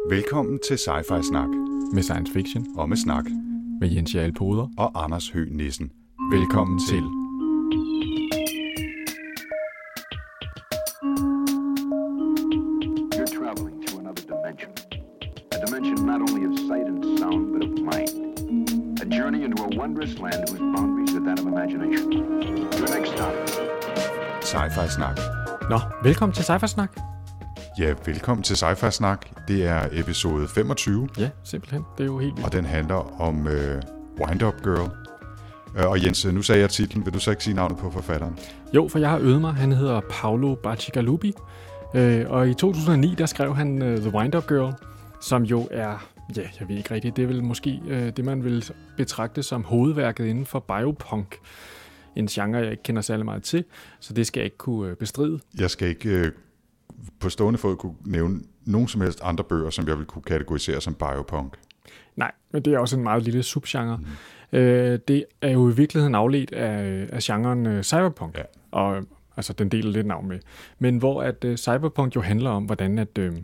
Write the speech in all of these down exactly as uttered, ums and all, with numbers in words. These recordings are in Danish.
Velkommen til Sci-Fi Snak. Med science fiction. Og med snak. Med Jens Jarl Poder. Og Anders Høgh Nissen. Velkommen til. You're traveling to another dimension. A dimension not only of sight and sound, but of mind. A journey into a wondrous land whose boundaries are that of imagination. Your next stop. Sci-Fi Snak. Nå, velkommen til Sci-Fi Snak. Ja, velkommen til Sci-Fi Snak. Det er episode femogtyve. Ja, simpelthen. Det er jo helt vildt. Og den handler om øh, Wind Up Girl. Og Jens, nu sagde jeg titlen. Vil du så ikke sige navnet på forfatteren? Jo, for jeg har øvet mig. Han hedder Paolo Bacigalupi. Og i to tusind og ni, der skrev han uh, The Wind Up Girl, som jo er, ja, jeg ved ikke rigtigt, det er vel måske uh, det, man vil betragte som hovedværket inden for biopunk. En genre, jeg ikke kender særlig meget til, så det skal jeg ikke kunne uh, bestride. Jeg skal ikke uh, på stående fod kunne nævne nogen som helst andre bøger, som jeg vil kunne kategorisere som biopunk. Nej, men det er også en meget lille subgenre. Mm. Uh, det er jo i virkeligheden afledt af, af genren uh, cyberpunk, ja. Og altså den deler lidt navn med. Men hvor at uh, cyberpunk jo handler om, hvordan at uh,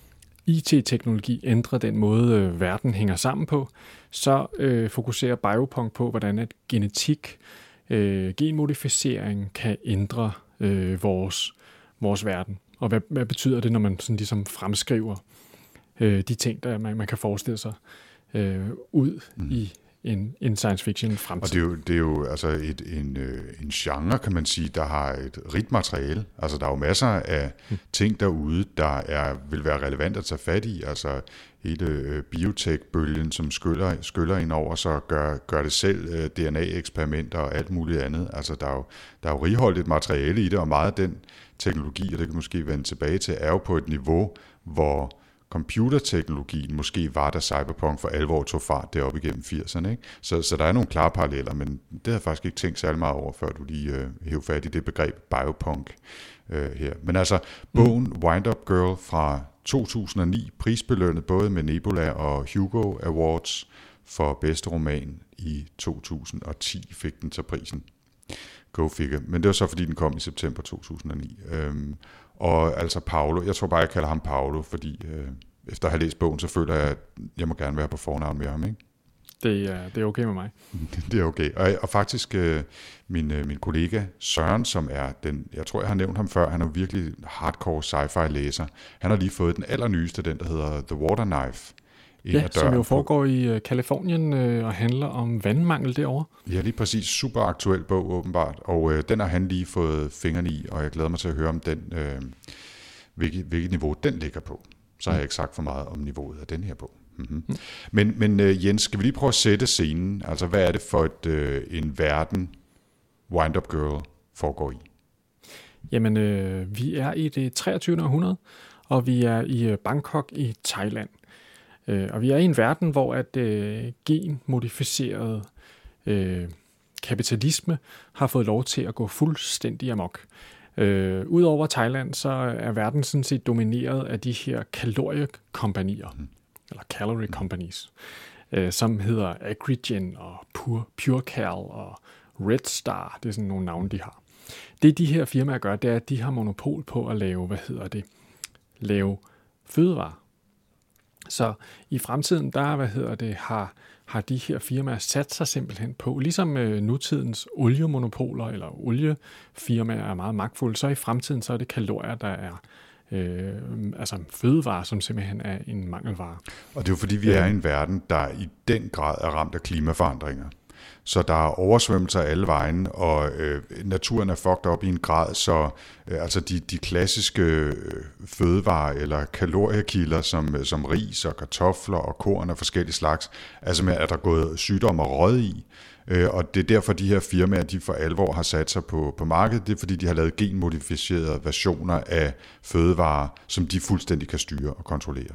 I T-teknologi ændrer den måde, uh, verden hænger sammen på, så uh, fokuserer biopunk på, hvordan at genetik, uh, genmodificering kan ændre uh, vores, vores verden. Og hvad, hvad betyder det, når man sådan ligesom fremskriver uh, de ting, der man, man kan forestille sig uh, ud mm. i En, en science fiction fremtid. Og det er jo, det er jo altså et, en, en genre, kan man sige, der har et rigt materiale. Altså der er jo masser af mm. ting derude, der er, vil være relevant at tage fat i. Altså hele biotech-bølgen, som skyller, skyller ind over, så gør, gør det selv, D N A-eksperimenter og alt muligt andet. Altså der er jo, der er jo righoldigt materiale i det, og meget af den teknologi, og det kan måske vende tilbage til, er jo på et niveau, hvor computerteknologien måske var, da cyberpunk for alvor tog fart deroppe igennem firserne. Ikke? Så, så der er nogle klare paralleller, men det har jeg faktisk ikke tænkt særlig meget over, før du lige øh, hæv fat i det begreb biopunk øh, her. Men altså, bogen mm. Wind Up Girl fra to tusind og ni, prisbelønnet både med Nebula og Hugo Awards for bedste roman. I to tusind og ti fik den så prisen. Go figure. Men det var så, fordi den kom i september to tusind og ni. Øhm, Og altså Paolo, jeg tror bare, jeg kalder ham Paolo, fordi øh, efter at have læst bogen, så føler jeg, at jeg må gerne være på fornavn med ham, ikke? Det er, det er okay med mig. Det er okay. Og, og faktisk, øh, min, øh, min kollega Søren, som er den, jeg tror, jeg har nævnt ham før, han er virkelig hardcore sci-fi læser. Han har lige fået den allernyeste, den der hedder The Water Knife. Ja, som jo foregår i Californien øh, og handler om vandmangel derovre. Ja, lige præcis. Super aktuel bog, åbenbart. Og øh, den har han lige fået fingrene i, og jeg glæder mig til at høre om den, øh, hvilket, hvilket niveau den ligger på. Så har jeg ikke sagt for meget om niveauet af den her bog. Mm-hmm. Mm. Men, men øh, Jens, skal vi lige prøve at sætte scenen? Altså, hvad er det for et, øh, en verden, Wind Up Girl foregår i? Jamen, øh, vi er i det treogtyvende århundrede, og vi er i Bangkok i Thailand. Øh, og vi er i en verden, hvor at øh, genmodificeret øh, kapitalisme har fået lov til at gå fuldstændig amok. Øh, Udover Thailand, så er verden sådan set domineret af de her kaloriekompanier, mm. eller calorie companies, øh, som hedder Agrigen og Pure, PureCal og Red Star. Det er sådan nogle navne, de har. Det de her firmaer gør, det er, at de har monopol på at lave, hvad hedder det, lave fødevarer. Så i fremtiden, der hvad hedder det, har, har de her firmaer sat sig simpelthen på, ligesom øh, nutidens oliemonopoler eller oliefirmaer er meget magtfulde, så i fremtiden så er det kalorier, der er øh, altså fødevarer, som simpelthen er en mangelvare. Og det er jo fordi, vi er i en verden, der i den grad er ramt af klimaforandringer. Så der er oversvømmelser alle vejen, og øh, naturen er fucked op i en grad, så øh, altså de, de klassiske øh, fødevarer eller kaloriekilder, som, som ris og kartofler og korn af forskellige slags, altså med, at der er gået sygdom og råd i. Øh, og det er derfor, de her firmaer, de for alvor har sat sig på, på markedet. Det er fordi, de har lavet genmodificerede versioner af fødevarer, som de fuldstændig kan styre og kontrollere.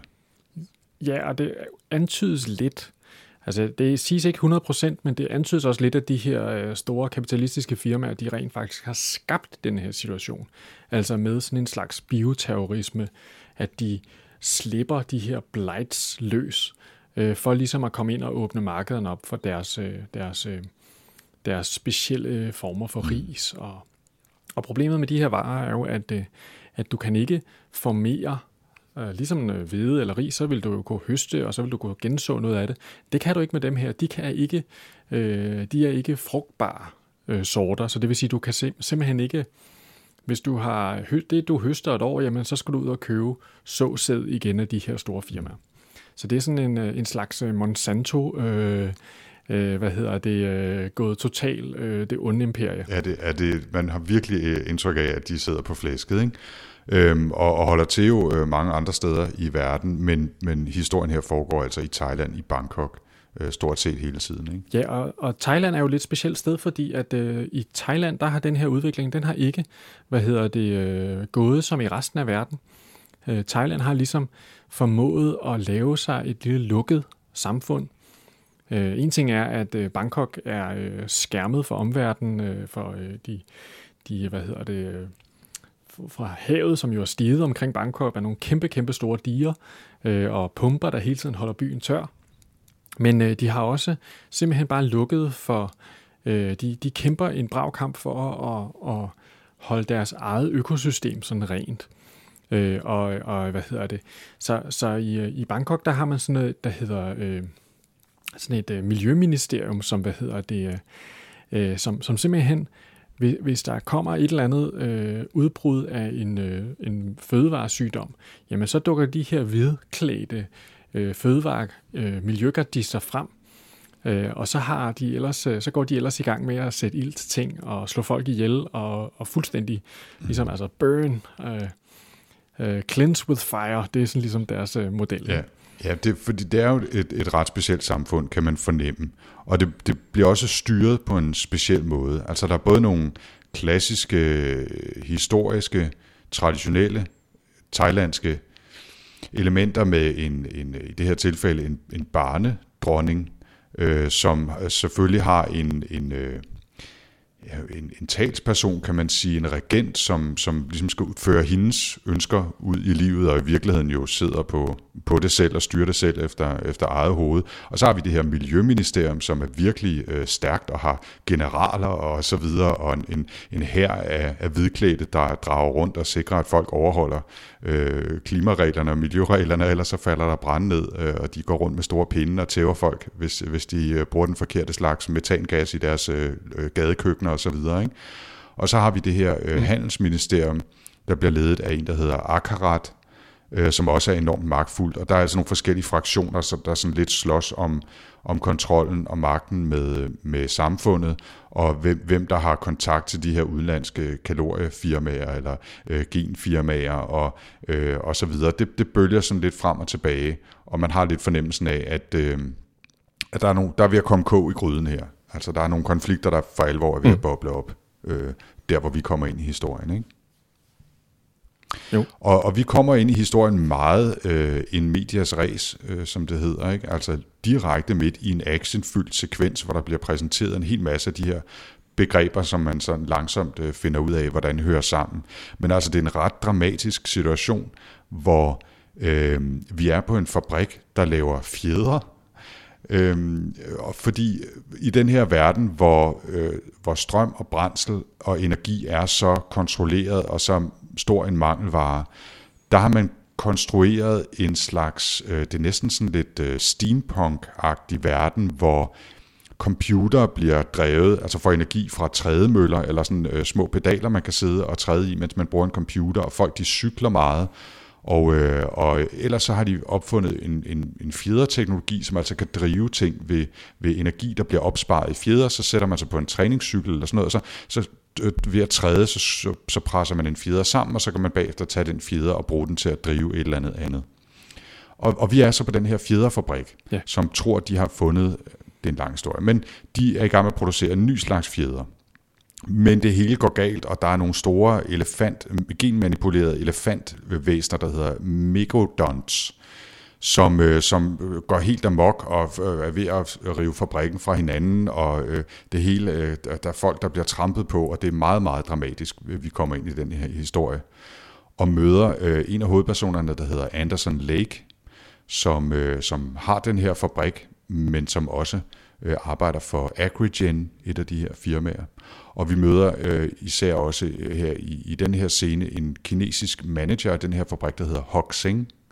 Ja, og det antydes lidt. Altså, det siges ikke hundrede procent, men det antydes også lidt, at de her øh, store kapitalistiske firmaer, de rent faktisk har skabt den her situation. Altså med sådan en slags bioterrorisme, at de slipper de her blights løs, øh, for ligesom at komme ind og åbne markederne op for deres, øh, deres, øh, deres specielle former for ris. Og, og problemet med de her varer er jo, at, øh, at du kan ikke formere øh, ligesom øh, hvede eller ris, så vil du jo kunne høste, og så vil du kunne genså noget af det. Det kan du ikke med dem her. De, kan ikke, øh, de er ikke frugtbare øh, sorter, så det vil sige, du kan sim- simpelthen ikke, hvis du har hø- det, du høster et år, jamen, så skal du ud og købe såsæd igen af de her store firmaer. Så det er sådan en, en slags Monsanto, øh, øh, hvad hedder det, øh, gået totalt øh, det onde imperie. Ja, det, er det, man har virkelig indtryk af, at de sidder på flæsket, ikke? Øhm, og, og holder til jo øh, mange andre steder i verden, men, men historien her foregår altså i Thailand, i Bangkok, øh, stort set hele tiden, ikke? Ja, og, og Thailand er jo et lidt specielt sted, fordi at øh, i Thailand, der har den her udvikling, den har ikke, hvad hedder det, øh, gået som i resten af verden. Øh, Thailand har ligesom formået at lave sig et lille lukket samfund. Øh, en ting er, at øh, Bangkok er øh, skærmet for omverdenen, øh, for øh, de, de, hvad hedder det, øh, fra havet, som jo er stiget omkring Bangkok, er nogle kæmpe, kæmpe store diger øh, og pumper, der hele tiden holder byen tør. Men øh, de har også simpelthen bare lukket for, øh, de, de kæmper en brav kamp for at, at holde deres eget økosystem sådan rent. Øh, og, og hvad hedder det? Så, så i, i Bangkok, der har man sådan noget, der hedder øh, sådan et øh, miljøministerium, som hvad hedder det, øh, som, som simpelthen, hvis der kommer et eller andet øh, udbrud af en, øh, en fødevaresygdom, jamen så dukker de her hvidklædte øh, fødevare øh, miljøgardister frem, øh, og så har de ellers, så går de ellers i gang med at sætte ild til ting og slå folk ihjel og, og fuldstændig ligesom altså burn. Øh, Uh, cleanse with fire, det er sådan ligesom deres uh, model. Ja, ja det, fordi det er jo et, et ret specielt samfund, kan man fornemme. Og det, det bliver også styret på en speciel måde. Altså der er både nogle klassiske, historiske, traditionelle, thailandske elementer med en, en i det her tilfælde en, en barnedronning, øh, som selvfølgelig har en... en øh, Ja, en, en talsperson, kan man sige, en regent, som, som ligesom skal føre hendes ønsker ud i livet, og i virkeligheden jo sidder på, på det selv og styrer det selv efter, efter eget hoved. Og så har vi det her miljøministerium, som er virkelig øh, stærkt og har generaler og så videre, og en, en, en hær af, af hvidklædte, der drager rundt og sikrer, at folk overholder øh, klimareglerne og miljøreglerne, ellers så falder der brand ned, øh, og de går rundt med store pinde og tæver folk, hvis, hvis de øh, bruger den forkerte slags metangas i deres øh, gadekøkkener og så videre, ikke? Og så har vi det her øh, handelsministerium, der bliver ledet af en, der hedder Akkarat, øh, som også er enormt magtfuldt, og der er altså nogle forskellige fraktioner, som der sådan lidt slås om, om kontrollen og magten med, med samfundet, og hvem, hvem der har kontakt til de her udenlandske kaloriefirmaer eller øh, genfirmaer og, øh, og så videre. Det, det bølger sådan lidt frem og tilbage, og man har lidt fornemmelsen af, at, øh, at der, er nogle, der er ved at komme kog i gryden her. Altså, der er nogle konflikter, der for alvor er ved at boble op, øh, der hvor vi kommer ind i historien, ikke? Jo. Og, og vi kommer ind i historien meget øh, in medias res, øh, som det hedder, ikke? Altså direkte midt i en actionfyldt sekvens, hvor der bliver præsenteret en hel masse af de her begreber, som man sådan langsomt øh, finder ud af, hvordan de hører sammen. Men altså, det er en ret dramatisk situation, hvor øh, vi er på en fabrik, der laver fjedre. Øhm, fordi i den her verden, hvor, øh, hvor strøm og brændsel og energi er så kontrolleret og så stor en mangelvare, der har man konstrueret en slags, øh, det er næsten sådan lidt øh, steampunk-agtig verden, hvor computer bliver drevet, altså får energi fra trædemøller eller sådan øh, små pedaler, man kan sidde og træde i, mens man bruger en computer, og folk de cykler meget. Og, øh, og ellers så har de opfundet en, en, en fjederteknologi, som altså kan drive ting ved, ved energi, der bliver opsparet i fjeder. Så sætter man sig på en træningscykel eller sådan noget, og så, så ved at træde, så, så, så presser man en fjeder sammen, og så kan man bagefter tage den fjeder og bruge den til at drive et eller andet andet. Og, og vi er så på den her fjederfabrik, ja. Som tror, de har fundet, det er en lang historie, men de er i gang med at producere en ny slags fjeder. Men det hele går galt, og der er nogle store elefant, genmanipulerede elefantvæsener, der hedder megalodons, som, øh, som går helt amok og øh, er ved at rive fabrikken fra hinanden, og øh, det hele, øh, der er folk, der bliver trampet på, og det er meget, meget dramatisk, vi kommer ind i den her historie, og møder øh, en af hovedpersonerne, der hedder Anderson Lake, som, øh, som har den her fabrik, men som også øh, arbejder for Agrigen, et af de her firmaer. Og vi møder øh, især også her i, i den her scene en kinesisk manager af den her fabrik, der hedder Hock Seng,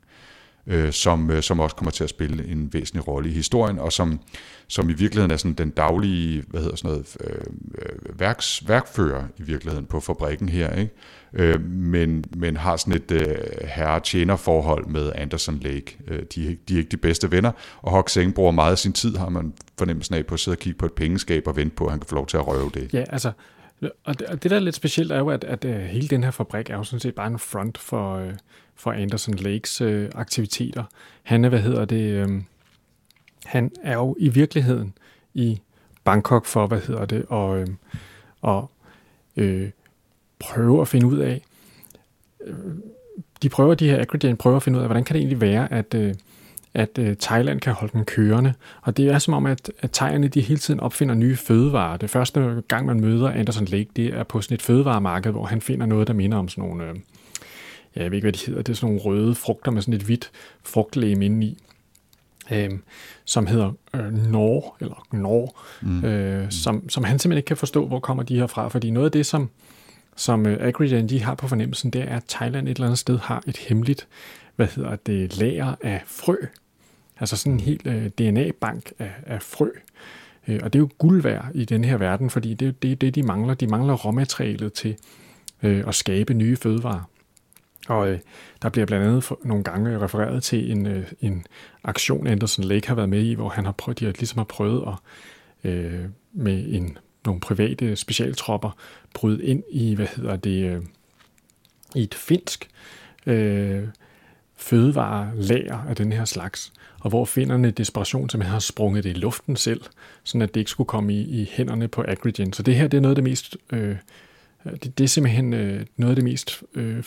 øh, som, øh, som også kommer til at spille en væsentlig rolle i historien, og som, som i virkeligheden er sådan den daglige, hvad hedder sådan noget, øh, værks, værkfører i virkeligheden på fabrikken her, ikke? Øh, men, men har sådan et øh, herre-tjener-forhold med Anderson Lake. Øh, de, de er ikke de bedste venner, og Huck Seng bruger meget af sin tid, har man fornemmelsen af, på at sidde og kigge på et pengeskab og vente på, at han kan få lov til at røve det. Ja, altså, og det, og det der er lidt specielt er jo, at, at, at hele den her fabrik er jo sådan set bare en front for, øh, for Anderson Lakes øh, aktiviteter. Han er, hvad hedder det, øh, han er jo i virkeligheden i Bangkok for, hvad hedder det, og, øh, og øh, prøve at finde ud af, øh, de prøver, de her Agrigent prøver at finde ud af, hvordan kan det egentlig være, at, øh, at øh, Thailand kan holde den kørende. Og det er som om, at, at thaierne, de hele tiden opfinder nye fødevarer. Det første gang, man møder Anderson Lake, det er på sådan et fødevaremarked, hvor han finder noget, der minder om sådan nogle, øh, ja, jeg ved ikke, hvad de hedder, det er sådan nogle røde frugter med sådan et hvidt frugtlæme indeni, øh, som hedder øh, Nor, eller Nor, mm. øh, som, som han simpelthen ikke kan forstå, hvor kommer de her fra, fordi noget af det, som som uh, Agrigent de har på fornemmelsen, det er, at Thailand et eller andet sted har et hemmeligt, hvad hedder det, lager af frø. Altså sådan en helt uh, D N A-bank af, af frø. Uh, og det er jo guld værd i den her verden, fordi det er det, det, de mangler. De mangler råmaterialet til uh, at skabe nye fødevarer. Og uh, der bliver blandt andet for, nogle gange refereret til en, uh, en aktion, Anderson Lake har været med i, hvor han har prøvet, de har ligesom har prøvet at uh, med en nogle private specialtropper bryde ind i, hvad hedder det, øh, i et finsk øh, fødevarelager af den her slags, og hvor finnerne desperation simpelthen har sprunget det i luften selv, sådan at det ikke skulle komme i, i hænderne på Agrigent. Så det her, det er noget af det mest, øh, det, det er simpelthen øh, noget af det mest øh,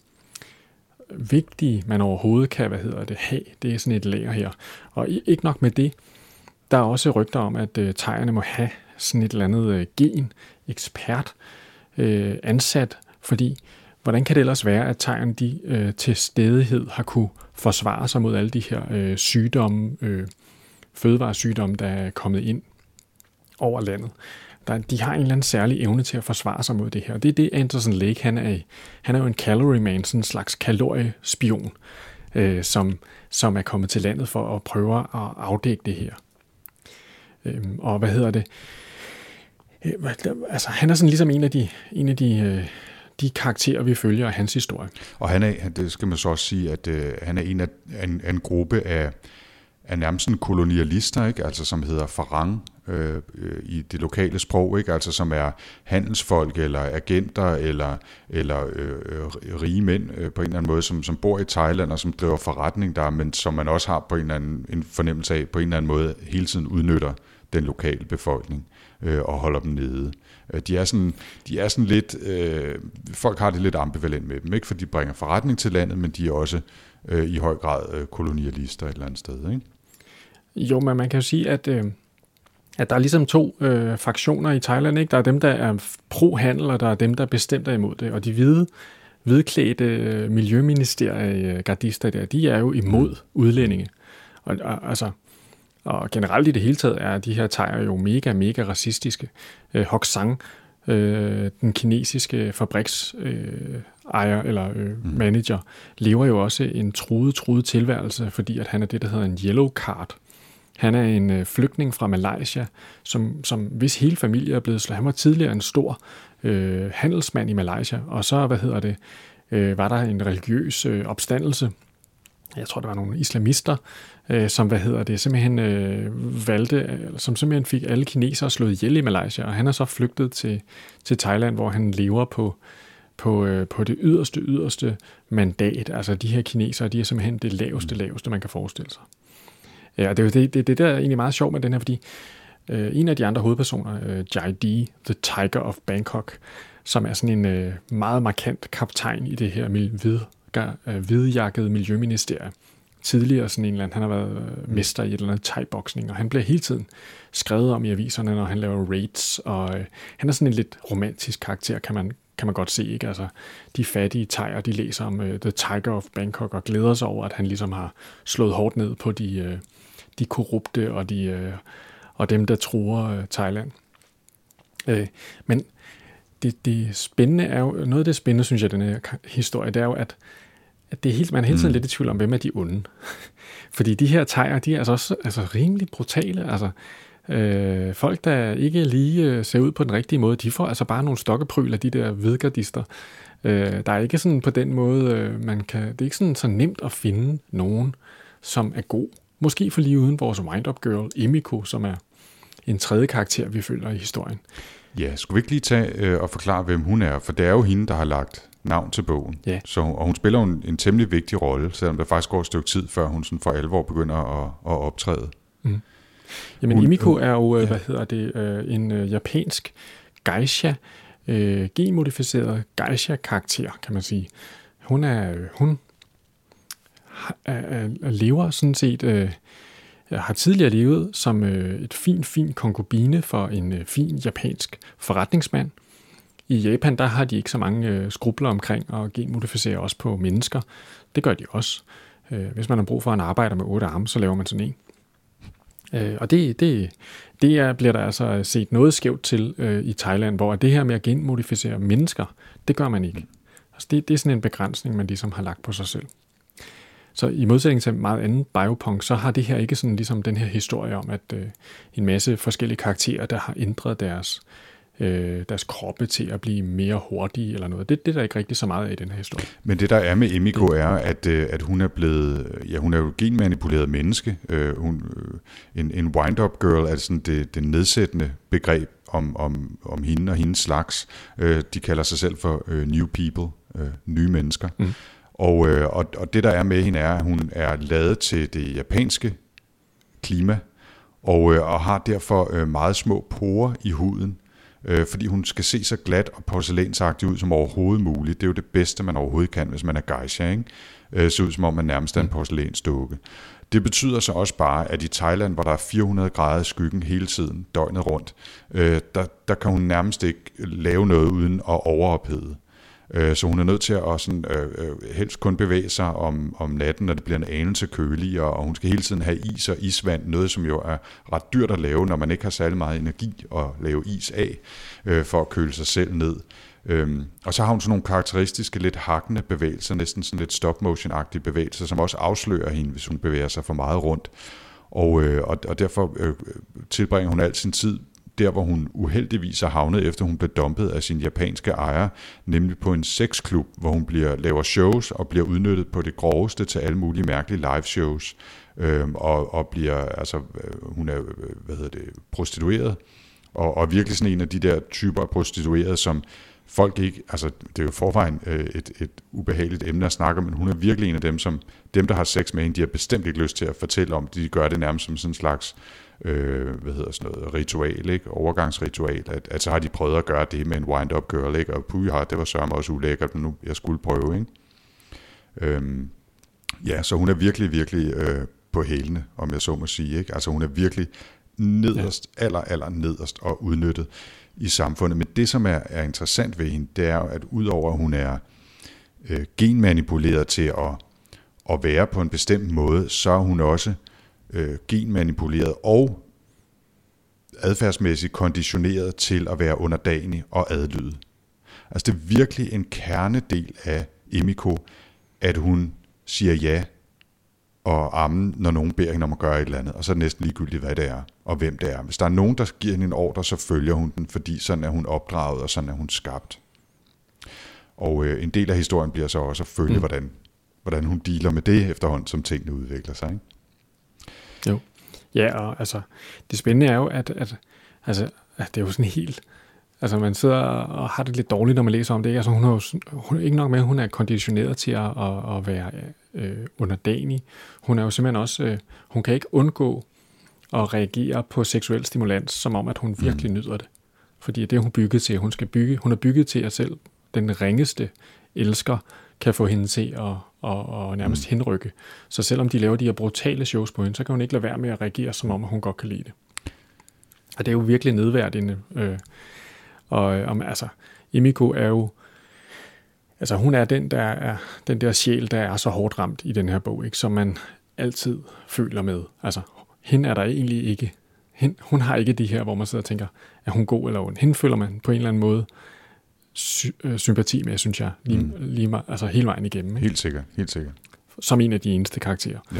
vigtige, man overhovedet kan, hvad hedder det, have. Det er sådan et lager her. Og ikke nok med det, der er også rygter om, at øh, thaierne må have sådan et eller andet øh, gen-ekspert øh, ansat, fordi hvordan kan det ellers være, at thaierne de øh, til stedighed har kunne forsvare sig mod alle de her øh, sygdomme, øh, fødevaresygdomme, der er kommet ind over landet. Der, de har en eller anden særlig evne til at forsvare sig mod det her. Det er det, Anderson Lake, han er, han er jo en calorie man, sådan en slags kaloriespion, øh, som, som er kommet til landet for at prøve at afdække det her. Øh, og hvad hedder det? Altså, han er sådan ligesom en af de, en af de, øh, de karakterer, vi følger af hans historie. Og han er, det skal man så også sige, at øh, han er en af en, en gruppe af, af nærmest sådan kolonialister, ikke? Altså, som hedder farang øh, øh, i det lokale sprog, ikke? Altså, som er handelsfolk eller agenter eller, eller øh, rige mænd øh, på en eller anden måde, som, som bor i Thailand og som driver forretning der, men som man også har på en eller anden en fornemmelse af, på en eller anden måde hele tiden udnytter den lokale befolkning og holder dem nede. De er sådan, de er sådan lidt, øh, folk har det lidt ambivalent med dem, ikke? For de bringer forretning til landet, men de er også øh, i høj grad øh, kolonialister et eller andet sted, ikke? Jo, men man kan jo sige, at, øh, at der er ligesom to øh, fraktioner i Thailand, ikke? Der er dem, der er pro-handel, og der er dem, der bestemt er imod det. Og de hvide, hvidklædte øh, miljøministeriegardister der, de er jo imod udlændinge. Og, og altså Og generelt i det hele taget er de her thaier jo mega, mega racistiske. Øh, Hock Sang, øh, den kinesiske fabriksejer øh, eller øh, manager, lever jo også en truet, truet tilværelse, fordi at han er det, der hedder en yellow card. Han er en øh, flygtning fra Malaysia, som, som hvis hele familie er blevet slået. Han var tidligere en stor øh, handelsmand i Malaysia, og så, hvad hedder det, øh, var der en religiøs øh, opstandelse. Jeg tror, der var nogle islamister, øh, som, hvad hedder det, simpelthen øh, valgte, som simpelthen fik alle kinesere slået ihjel i Malaysia, og han er så flygtet til, til Thailand, hvor han lever på, på, øh, på det yderste, yderste mandat. Altså de her kinesere, de er simpelthen det laveste, laveste, man kan forestille sig. Ja, det er det, det, det der er egentlig meget sjovt med den her, fordi øh, en af de andre hovedpersoner, øh, Jai D, The Tiger of Bangkok, som er sådan en øh, meget markant kaptajn i det her hvid hvidjakket miljøministerie. Tidligere sådan en eller anden, han har været mester i et eller andet thai-boksning, og han bliver hele tiden skrevet om i aviserne, når han laver raids, og øh, han er sådan en lidt romantisk karakter, kan man, kan man godt se, ikke? Altså, de fattige thaier, de læser om øh, The Tiger of Bangkok, og glæder sig over, at han ligesom har slået hårdt ned på de, øh, de korrupte, og, de, øh, og dem, der truer øh, Thailand. Øh, men det, det spændende er jo, noget af det spændende, synes jeg, den her historie, det er jo, at at det er helt, man er hele tiden mm. lidt i tvivl om, hvem er de onde. Fordi de her tejer, de er altså også altså, rimelig brutale. Altså, øh, folk, der ikke lige ser ud på den rigtige måde, de får altså bare nogle stokkepryl af de der hvidgardister. Øh, der er ikke sådan på den måde, øh, man kan, det er ikke sådan så nemt at finde nogen, som er god. Måske for lige uden vores wind-up girl, Emiko, som er en tredje karakter, vi følger i historien. Ja, skulle vi ikke lige tage øh, og forklare, hvem hun er? For det er jo hende, der har lagt navn til bogen. Ja. Så, og hun spiller jo en, en temmelig vigtig rolle, selvom der faktisk går et stykke tid, før hun sådan for alvor begynder at, at optræde. Mm. Jamen, hun, Emiko er jo, ja. hvad hedder det, øh, en øh, japansk geisha, øh, genmodificeret geisha-karakter, kan man sige. Hun er, hun er, er, er lever sådan set... Øh, Jeg har tidligere levet som øh, et fint, fint konkubine for en øh, fin japansk forretningsmand. I Japan, der har de ikke så mange øh, skrubler omkring at genmodificere også på mennesker. Det gør de også. Øh, hvis man har brug for en arbejder med otte arme, så laver man sådan en. Øh, og det, det, det er, bliver der altså set noget skævt til øh, i Thailand, hvor det her med at genmodificere mennesker, det gør man ikke. Altså det, det er sådan en begrænsning, man ligesom har lagt på sig selv. Så i modsætning til meget anden biopunk, så har det her ikke sådan ligesom den her historie om, at øh, en masse forskellige karakterer, der har ændret deres, øh, deres kroppe til at blive mere hurtige eller noget. Det, det er der ikke rigtig så meget af i den her historie. Men det der er med Emiko er, at, øh, at hun er blevet, ja, hun er jo genmanipuleret menneske. Øh, hun, øh, en, en wind-up girl er sådan det, det nedsættende begreb om, om, om hende og hendes slags. Øh, de kalder sig selv for øh, new people, øh, nye mennesker. Mm. Og, øh, og, og det der er med hende er, at hun er lavet til det japanske klima, og, øh, og har derfor øh, meget små porer i huden, øh, fordi hun skal se så glat og porcelænsagtig ud som overhovedet muligt. Det er jo det bedste, man overhovedet kan, hvis man er geisha, ikke? Øh, så ud som om man nærmest er en porcelænsdukke. Det betyder så også bare, at i Thailand, hvor der er fire hundrede grader i skyggen hele tiden, døgnet rundt, øh, der, der kan hun nærmest ikke lave noget uden at overophede. Så hun er nødt til at sådan, øh, helst kun bevæge sig om, om natten, når det bliver en anelse køligere, og hun skal hele tiden have is og isvand, noget som jo er ret dyrt at lave, når man ikke har særlig meget energi at lave is af, øh, for at køle sig selv ned. Øhm, og så har hun sådan nogle karakteristiske, lidt hakkende bevægelser, næsten sådan lidt stop-motion-agtige bevægelser, som også afslører hende, hvis hun bevæger sig for meget rundt. Og, øh, og, og derfor øh, tilbringer hun al sin tid der, hvor hun uheldigvis er havnet, efter hun blev dumpet af sin japanske ejer, nemlig på en sexklub, hvor hun bliver, laver shows og bliver udnyttet på det groveste til alle mulige mærkelige live shows, øhm, og, og bliver, altså, hun er, hvad hedder det, prostitueret, og, og virkelig sådan en af de der typer af prostituerede, som folk ikke, altså det er jo forvejen et, et ubehageligt emne at snakke om, men hun er virkelig en af dem, som dem, der har sex med hende, de har bestemt ikke lyst til at fortælle om, de gør det nærmest som sådan en slags Øh, hvad hedder sådan noget, ritual, ikke? Overgangsritual, at, at så har de prøvet at gøre det med en wind-up girl, ikke? Og puha, det var sørme også ulækkert, men nu jeg skulle prøve, ikke? Øhm, ja, så hun er virkelig, virkelig øh, på hælene, om jeg så må sige, ikke? Altså hun er virkelig nederst, ja. aller, aller nederst og udnyttet i samfundet. Men det, som er, er interessant ved hende, det er at udover at hun er øh, genmanipuleret til at, at være på en bestemt måde, så er hun også Øh, genmanipuleret og adfærdsmæssigt konditioneret til at være underdanig og adlyde. Altså det er virkelig en kernedel af Emiko, at hun siger ja og ammen, når nogen beder hende om at gøre et eller andet, og så er det næsten ligegyldigt, hvad det er og hvem det er. Hvis der er nogen, der giver hende en ordre, så følger hun den, fordi sådan er hun opdraget, og sådan er hun skabt. Og øh, en del af historien bliver så også at følge, mm. hvordan, hvordan hun dealer med det efterhånden, som tingene udvikler sig, ikke? Jo. Ja, og altså, det spændende er jo, at, at, altså, at det er jo sådan helt, altså man sidder og har det lidt dårligt, når man læser om det, ikke? Altså hun er jo hun er ikke nok med, at hun er konditioneret til at, at, at være øh, underdanig. Hun er jo simpelthen også, øh, hun kan ikke undgå at reagere på seksuel stimulans, som om, at hun virkelig mm. nyder det. Fordi det er hun bygget til. Hun skal bygge, hun er bygget til, at selv den ringeste elsker kan få hende til at og, og nærmest mm. henrykke. Så selvom de laver de her brutale shows på hende, så kan hun ikke lade være med at reagere, som om hun godt kan lide det. Og det er jo virkelig nedværdigende. Øh, og om, altså, Emiko er jo, altså hun er den, der er den der sjæl, der er så hårdt ramt i den her bog, ikke? Som man altid føler med. Altså, hende er der egentlig ikke. Hende, hun har ikke de her, hvor man sidder og tænker, er hun god eller ond? Hende føler man på en eller anden måde sy- øh, sympati med, synes jeg, lige, mm. lige, altså hele vejen igennem. Ikke? Helt sikkert, helt sikkert. Som en af de eneste karakterer. Ja.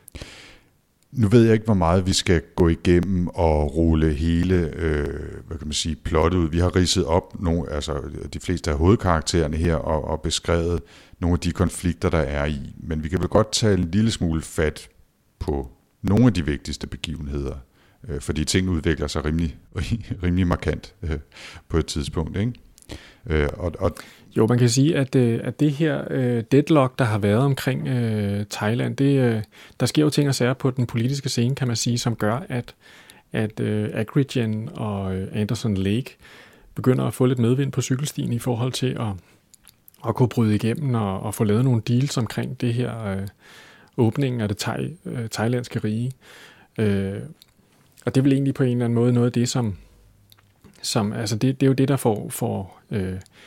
Nu ved jeg ikke, hvor meget vi skal gå igennem og rulle hele, øh, hvad kan man sige, plottet ud. Vi har ridset op nogle, altså de fleste af hovedkaraktererne her og, og beskrevet nogle af de konflikter, der er i. Men vi kan vel godt tage en lille smule fat på nogle af de vigtigste begivenheder, øh, fordi ting udvikler sig rimelig, rimelig markant øh, på et tidspunkt, ikke? Øh, og, og Jo, man kan sige, at, at det her uh, deadlock, der har været omkring uh, Thailand, det, uh, der sker jo ting og sager på den politiske scene, kan man sige, som gør, at, at uh, Agrigen og uh, Anderson Lake begynder at få lidt medvind på cykelstien i forhold til at, at kunne bryde igennem og, og få lavet nogle deals omkring det her uh, åbningen af det thai, uh, thailandske rige. Uh, og det er vel egentlig på en eller anden måde noget af det, som, som altså det, det er jo det, der får... får uh,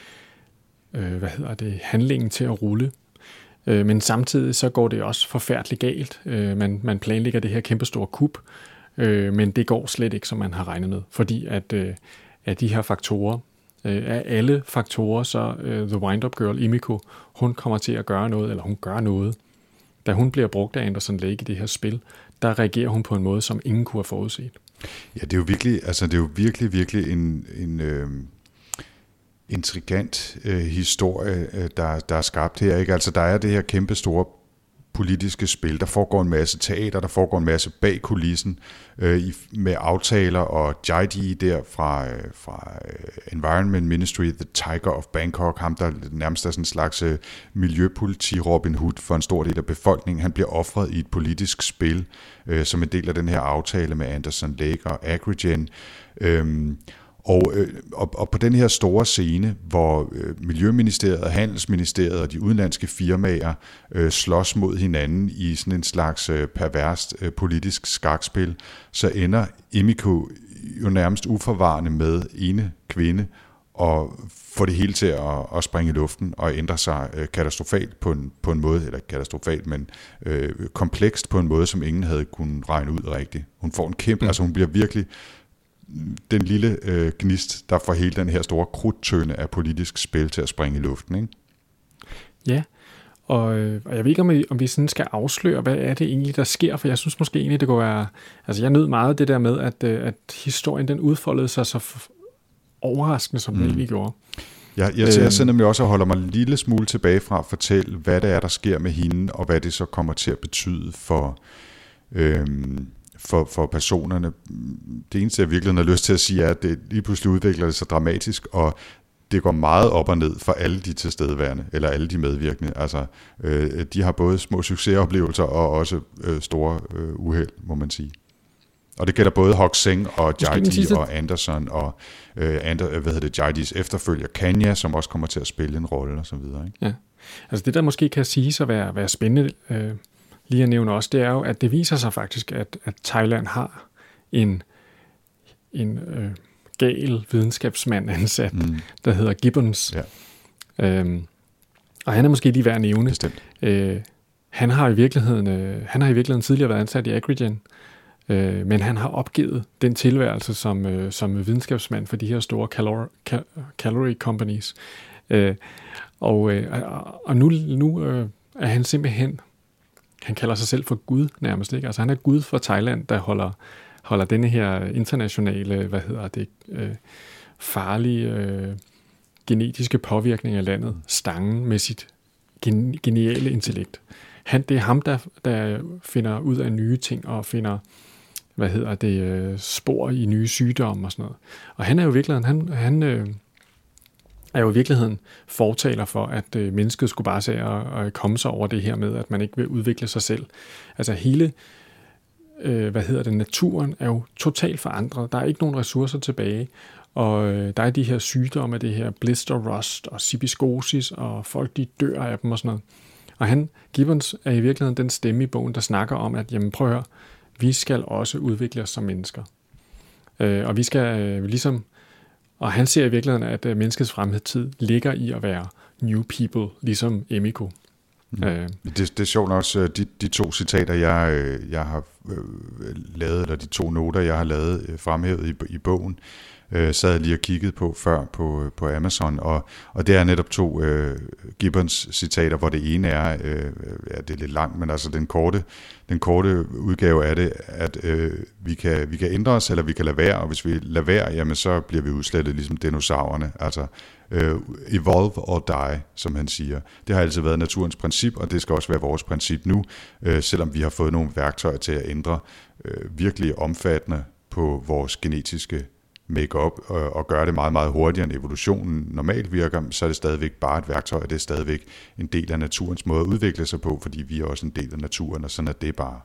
Øh, hvad hedder det, handlingen til at rulle. Øh, men samtidig så går det også forfærdeligt galt. Øh, man, man planlægger det her kæmpestore kup, øh, men det går slet ikke, som man har regnet med. Fordi at, øh, at de her faktorer, øh, af alle faktorer, så øh, The Wind-Up Girl, Emiko, hun kommer til at gøre noget, eller hun gør noget. Da hun bliver brugt af Anderson Lake i det her spil, der reagerer hun på en måde, som ingen kunne have forudset. Ja, det er jo virkelig, altså det er jo virkelig, virkelig en... en øh intrigant øh, historie, øh, der, der er skabt her. Ikke? Altså, der er det her kæmpe store politiske spil. Der foregår en masse teater, der foregår en masse bag kulissen øh, i, med aftaler, og Jaidi der fra, øh, fra Environment Ministry, The Tiger of Bangkok, ham der nærmest er sådan en slags øh, miljøpoliti Robin Hood for en stor del af befolkningen, han bliver ofret i et politisk spil, øh, som en del af den her aftale med Anderson Lake og Agrigen. Øh, Og, øh, og, og på den her store scene, hvor øh, Miljøministeriet og Handelsministeriet og de udenlandske firmaer øh, slås mod hinanden i sådan en slags øh, perverst øh, politisk skakspil, så ender Emiko jo nærmest uforvarende med ene kvinde og får det hele til at, at springe i luften og ændre sig øh, katastrofalt på en, på en måde, eller katastrofalt, men øh, komplekst på en måde, som ingen havde kunnet regne ud rigtigt. Hun får en kæmpe, mm. altså hun bliver virkelig den lille øh, gnist, der får hele den her store krudtønde af politisk spil til at springe i luften, ikke? Ja, og, øh, og jeg ved ikke, om vi, om vi sådan skal afsløre, hvad er det egentlig, der sker, for jeg synes måske egentlig, det kunne være... Altså, jeg nød meget det der med, at, øh, at historien, den udfoldede sig så f- overraskende, som mm. den egentlig gjorde. Ja, jeg, jeg, jeg sidder nemlig også og holder mig en lille smule tilbage fra at fortælle, hvad det er, der sker med hende, og hvad det så kommer til at betyde for... Øh, For, for personerne. Det eneste, jeg virkelig har lyst til at sige, er, at det lige pludselig udvikler det sig dramatisk, og det går meget op og ned for alle de tilstedeværende, eller alle de medvirkende. Altså, øh, de har både små succesoplevelser og også øh, store øh, uheld, må man sige. Og det gælder både Hokseng og Jaidi og Anderson og øh, Ander, hvad hedder det, Jaidis efterfølger Kanya, som også kommer til at spille en rolle og så videre. Ikke? Ja, altså det der måske kan siges at være, være spændende, øh, lige at nævne også, det er jo, at det viser sig faktisk, at, at Thailand har en, en øh, gal videnskabsmand ansat, mm. der hedder Gibbons. Ja. Øhm, og han er måske lige værd at nævne. Bestemt. Øh, han har i virkeligheden, øh, han har i virkeligheden tidligere været ansat i Agrigen, øh, men han har opgivet den tilværelse som, øh, som videnskabsmand for de her store calor- cal- calorie companies. Øh, og, øh, og nu, nu øh, er han simpelthen, han kalder sig selv for Gud nærmest, ikke? Altså han er Gud for Thailand, der holder, holder denne her internationale, hvad hedder det, øh, farlige øh, genetiske påvirkning af landet stangen med sit gen- geniale intellekt. Han, det er ham, der, der finder ud af nye ting og finder, hvad hedder det, øh, spor i nye sygdomme og sådan noget. Og han er jo i virkeligheden, han, han øh, er jo i virkeligheden fortaler for, at øh, mennesket skulle bare se og, og komme sig over det her med, at man ikke vil udvikle sig selv. Altså hele, øh, hvad hedder det, naturen er jo totalt forandret. Der er ikke nogen ressourcer tilbage, og øh, der er de her sygdomme, det her blister rust og sibiskosis, og folk de dør af dem og sådan noget. Og han, Gibbons, er i virkeligheden den stemme i bogen, der snakker om, at jamen prøv at høre, vi skal også udvikle os som mennesker. Øh, og vi skal øh, ligesom, og han ser i virkeligheden, at øh, menneskets fremtid ligger i at være new people, ligesom Emiko. Mm. Øh. Det, det er sjovt også, de, de to citater, jeg, jeg har øh, lavet, eller de to noter, jeg har lavet øh, fremhævet i, i bogen, øh, sad jeg lige og kiggede på før på, på Amazon, og, og det er netop to øh, Gibbons citater, hvor det ene er, øh, ja, det er lidt langt, men altså den korte, den korte udgave af det, at øh, vi, kan, vi kan ændre os, eller vi kan lade være, og hvis vi lader være, jamen så bliver vi udslettet ligesom dinosaurerne, altså Uh, evolve or die, som han siger. Det har altid været naturens princip, og det skal også være vores princip nu, uh, selvom vi har fået nogle værktøjer til at ændre uh, virkelig omfattende på vores genetiske make-up, uh, og gøre det meget, meget hurtigere end evolutionen normalt virker, så er det stadigvæk bare et værktøj, og det er stadigvæk en del af naturens måde at udvikle sig på, fordi vi er også en del af naturen, og sådan er det bare.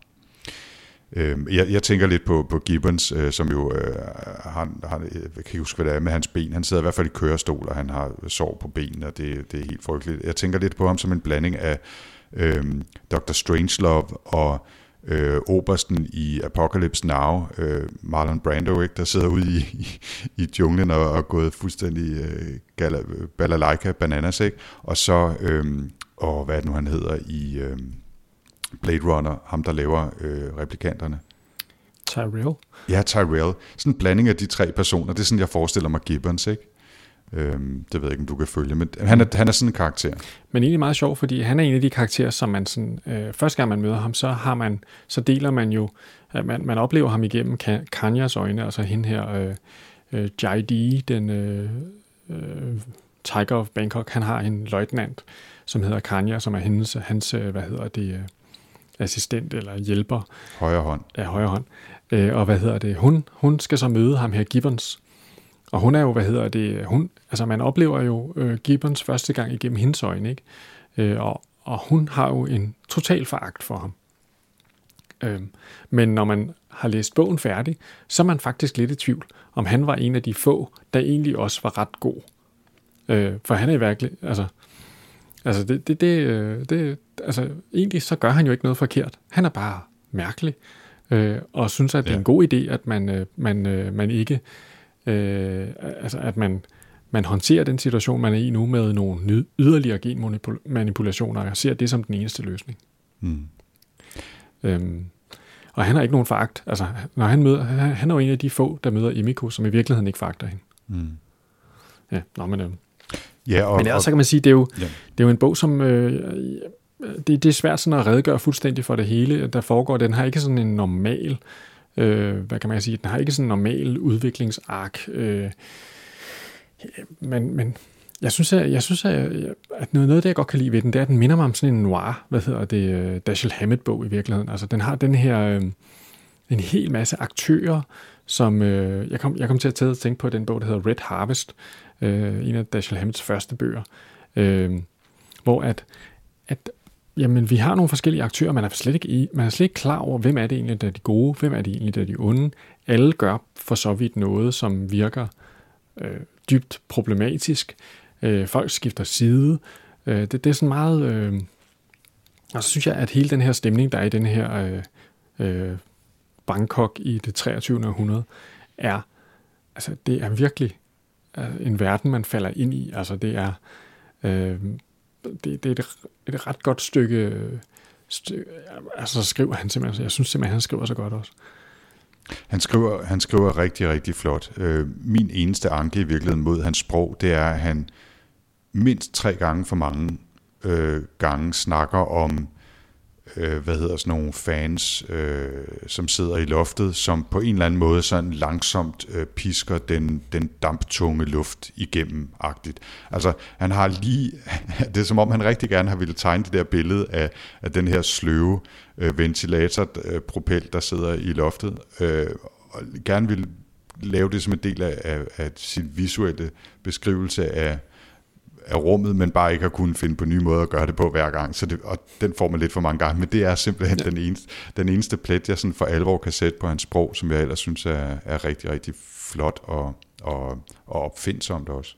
Jeg, jeg tænker lidt på, på Gibbons, øh, som jo øh, han, han, jeg kan ikke huske, hvad det er med hans ben. Han sidder i hvert fald i kørestol, og han har sår på benene, og det, det er helt frygteligt. Jeg tænker lidt på ham som en blanding af øh, doktor Strangelove og øh, obersten i Apocalypse Now, øh, Marlon Brando, ikke, der sidder ude i, i, i junglen og, og gået fuldstændig øh, balalaika bananas, ikke? Og så, øh, og hvad er det nu, han hedder i... Øh, Blade Runner, ham der laver øh, replikanterne. Tyrell. Ja, Tyrell. Sådan en blanding af de tre personer, det er sådan, jeg forestiller mig Gibbons, ikke? Øhm, det ved jeg ikke, om du kan følge, men han er, han er sådan en karakter. Men egentlig meget sjov, fordi han er en af de karakterer, som man sådan, øh, første gang man møder ham, så har man, så deler man jo, at man, man oplever ham igennem Kanyas øjne, altså hende her, øh, øh, Jai-Dee, den øh, øh, Tiger of Bangkok, han har en løjtnant, som hedder Kanya, som er hendes, hans, hvad hedder det, assistent eller hjælper. Højre hånd. Ja, højre hånd. Øh, og hvad hedder det? Hun, hun skal så møde ham her, Gibbons. Og hun er jo, hvad hedder det? Hun, altså man oplever jo øh, Gibbons første gang igennem hendes øjne, ikke? Øh, og, og hun har jo en total foragt for ham. Øh, men når man har læst bogen færdig, så er man faktisk lidt i tvivl, om han var en af de få, der egentlig også var ret god. Øh, for han er i virkelig, altså... Altså, det, det, det, det, altså, egentlig så gør han jo ikke noget forkert. Han er bare mærkelig, øh, og synes, at det er en god idé, at man, man, man ikke, øh, altså, at man, man håndterer den situation, man er i nu, med nogle yderligere genmanipulationer, og ser det som den eneste løsning. Mm. Øhm, og han har ikke nogen foragt. Altså, når han møder, han, han er jo en af de få, der møder Emiko, som i virkeligheden ikke foragter hende. Mm. Ja, nå, men... Øh, Ja, og, Men ellers så kan man sige, det er jo, ja. det er jo en bog, som øh, det, det er svært sådan at redegøre fuldstændig for det hele, der foregår. Den har ikke sådan en normal, øh, hvad kan man sige, den har ikke sådan en normal udviklingsark. Øh, men, men jeg synes, at, jeg synes at, at noget af det, jeg godt kan lide ved den, det er, at den minder mig om sådan en noir, hvad hedder det, Dashiell Hammett-bog i virkeligheden. Altså, den har den her, øh, en hel masse aktører, som, øh, jeg, kom, jeg kom til at tage og tænke på den bog, der hedder Red Harvest, øh, en af Dashiell Hammetts første bøger, øh, hvor at, at jamen, vi har nogle forskellige aktører, man er slet ikke i, man er slet ikke klar over, hvem er det egentlig, der er de gode, hvem er det egentlig, der er de onde. Alle gør for så vidt noget, som virker øh, dybt problematisk. Øh, folk skifter side. Øh, det, det er sådan meget... Øh, og så synes jeg, at hele den her stemning, der er i den her øh, øh, Bangkok i det treogtyvende århundrede, er, altså, det er virkelig øh, en verden, man falder ind i. Altså, det er... Øh, Det, det er et, et ret godt stykke, stykke, altså så skriver han simpelthen, jeg synes simpelthen, han skriver så godt også. Han skriver, han skriver rigtig, rigtig flot. Øh, min eneste anke i virkeligheden mod hans sprog, det er, at han mindst tre gange for mange øh, gange snakker om, øh, hvad hedder sådan nogle fans, øh, som sidder i loftet, som på en eller anden måde sådan langsomt øh, pisker den, den damptunge luft igennem-agtigt. Altså, han har lige, det er som om han rigtig gerne har ville tegne det der billede af, af den her sløve øh, ventilatorpropel, der sidder i loftet, øh, og gerne vil lave det som en del af, af, af sin visuelle beskrivelse af af rummet, men bare ikke har kunnet finde på nye måder at gøre det på hver gang. Så det, og den får man lidt for mange gange, men det er simpelthen ja. den, eneste, den eneste plet, jeg sådan for alvor kan sætte på hans sprog, som jeg ellers synes er, er rigtig, rigtig flot og, og, og opfindsomt også.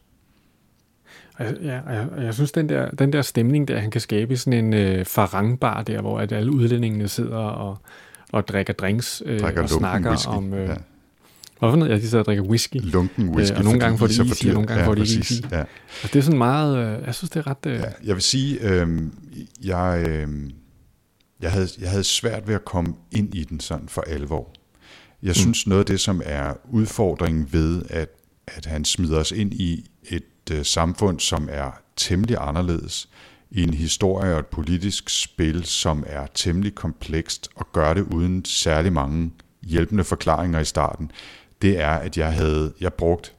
Ja, og jeg, jeg synes, den der, den der stemning, der han kan skabe i sådan en øh, farangbar der, hvor at alle udlændingene sidder og, og drikker drinks øh, drikker og snakker whisky. om... Øh, ja. Hvorfor noget? Ja, de sidder og drikker whisky. Lunken whisky. Øh, og nogle gange får de is i, og nogle gange ja, får de ikke is i. Ja. Og det er sådan meget... Øh, jeg synes, det er ret... Øh... Ja, jeg vil sige, øh, jeg, øh, jeg havde, jeg havde svært ved at komme ind i den sådan for alvor. Jeg synes, mm. noget af det, som er udfordringen ved, at, at han smider os ind i et uh, samfund, som er temmelig anderledes, i en historie og et politisk spil, som er temmelig komplekst, og gør det uden særlig mange hjælpende forklaringer i starten, det er, at jeg havde jeg brugt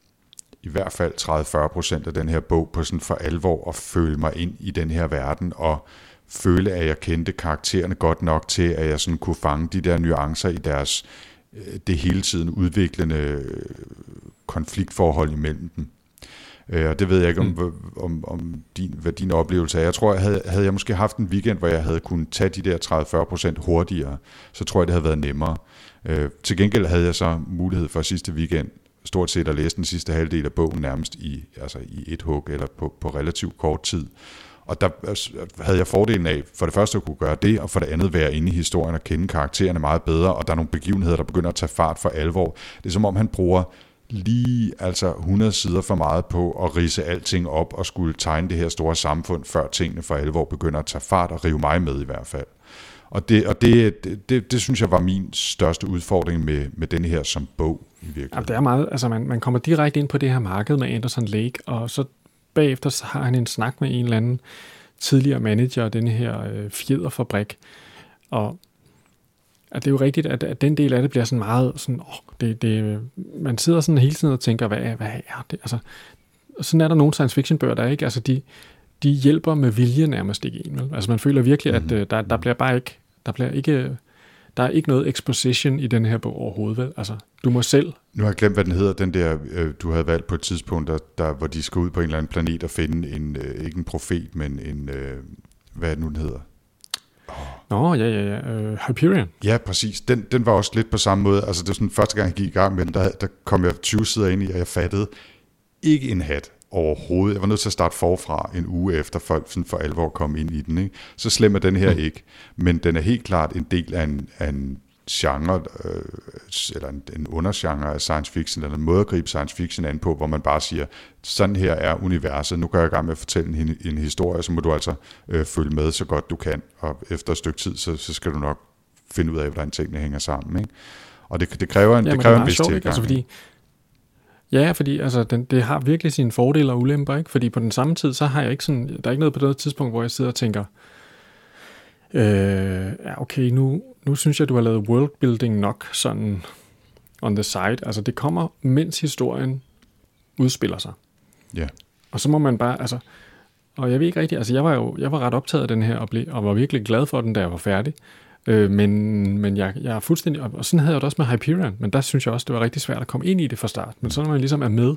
i hvert fald tredive til fyrre procent af den her bog på sådan for alvor at føle mig ind i den her verden, og føle, at jeg kendte karaktererne godt nok til, at jeg sådan kunne fange de der nuancer i deres det hele tiden udviklende konfliktforhold imellem dem. Og det ved jeg ikke, om, mm. om, om din, hvad din oplevelse er. Jeg tror, jeg havde, havde jeg måske haft en weekend, hvor jeg havde kunnet tage de der tredive til fyrre procent hurtigere, så tror jeg, det havde været nemmere. Øh, til gengæld havde jeg så mulighed for sidste weekend stort set at læse den sidste halvdel af bogen nærmest i, altså i et hug eller på, på relativt kort tid. Og der havde jeg fordelen af, for det første at kunne gøre det, og for det andet være inde i historien og kende karaktererne meget bedre, og der er nogle begivenheder, der begynder at tage fart for alvor. Det er som om, han bruger lige altså hundrede sider for meget på at ridse alting op og skulle tegne det her store samfund, før tingene for alvor begynder at tage fart og rive mig med i hvert fald. Og det, og det, det, det, det synes jeg var min største udfordring med, med denne her som bog i virkeligheden. Ja, det er meget, altså man, man kommer direkte ind på det her marked med Anderson Lake, og så bagefter så har han en snak med en eller anden tidligere manager af denne her øh, fjederfabrik, og at det er jo rigtigt, at, at den del af det bliver sådan meget sådan, åh, det, det, man sidder sådan hele tiden og tænker, hvad, hvad er det? Altså, sådan er der nogle science fiction bøger, der ikke, altså de, de hjælper med vilje nærmest ikke en, vel? Altså man føler virkelig, at mm-hmm. der, der bliver bare ikke, der bliver ikke, der er ikke noget exposition i den her bog overhovedet, vel? Altså, du må selv. Nu har jeg glemt, hvad den hedder, den der, øh, du havde valgt på et tidspunkt, der, der, hvor de skal ud på en eller anden planet og finde en, øh, ikke en profet, men en, øh, hvad er det nu, den hedder? Nå, ja, ja, ja. Uh, Hyperion. Ja, præcis. Den, den var også lidt på samme måde. Altså, det var sådan, første gang, jeg gik i gang med den, der, der kom jeg tyve sider ind i, og jeg fattede ikke en hat overhovedet. Jeg var nødt til at starte forfra en uge efter, folk sådan for alvor kom ind i den. Ikke? Så slem er den her mm. ikke. Men den er helt klart en del af en, af en genre, øh, eller en, en undergenre af science fiction, eller en måde at gribe science fiction an på, hvor man bare siger, sådan her er universet, nu går jeg i gang med at fortælle en, en historie, så må du altså øh, følge med så godt du kan, og efter et stykke tid, så, så skal du nok finde ud af, hvordan tingene hænger sammen. Ikke? Og det, det kræver en, ja, det kræver det en vis tilgang. Altså, fordi, ja, fordi altså, den, det har virkelig sine fordele og ulemper, ikke? Fordi på den samme tid, så har jeg ikke sådan, der er ikke noget på det tidspunkt, hvor jeg sidder og tænker, Øh, ja, okay, nu, nu synes jeg, du har lavet worldbuilding nok sådan on the side. Altså, det kommer, mens historien udspiller sig. Ja. Yeah. Og så må man bare, altså, og jeg ved ikke rigtigt, altså, jeg var jo, jeg var ret optaget af den her, og, ble, og var virkelig glad for den, da jeg var færdig. Øh, men, men jeg, jeg er fuldstændig, og sådan havde jeg det også med Hyperion, men der synes jeg også, det var rigtig svært at komme ind i det fra start. Men så når man ligesom er med,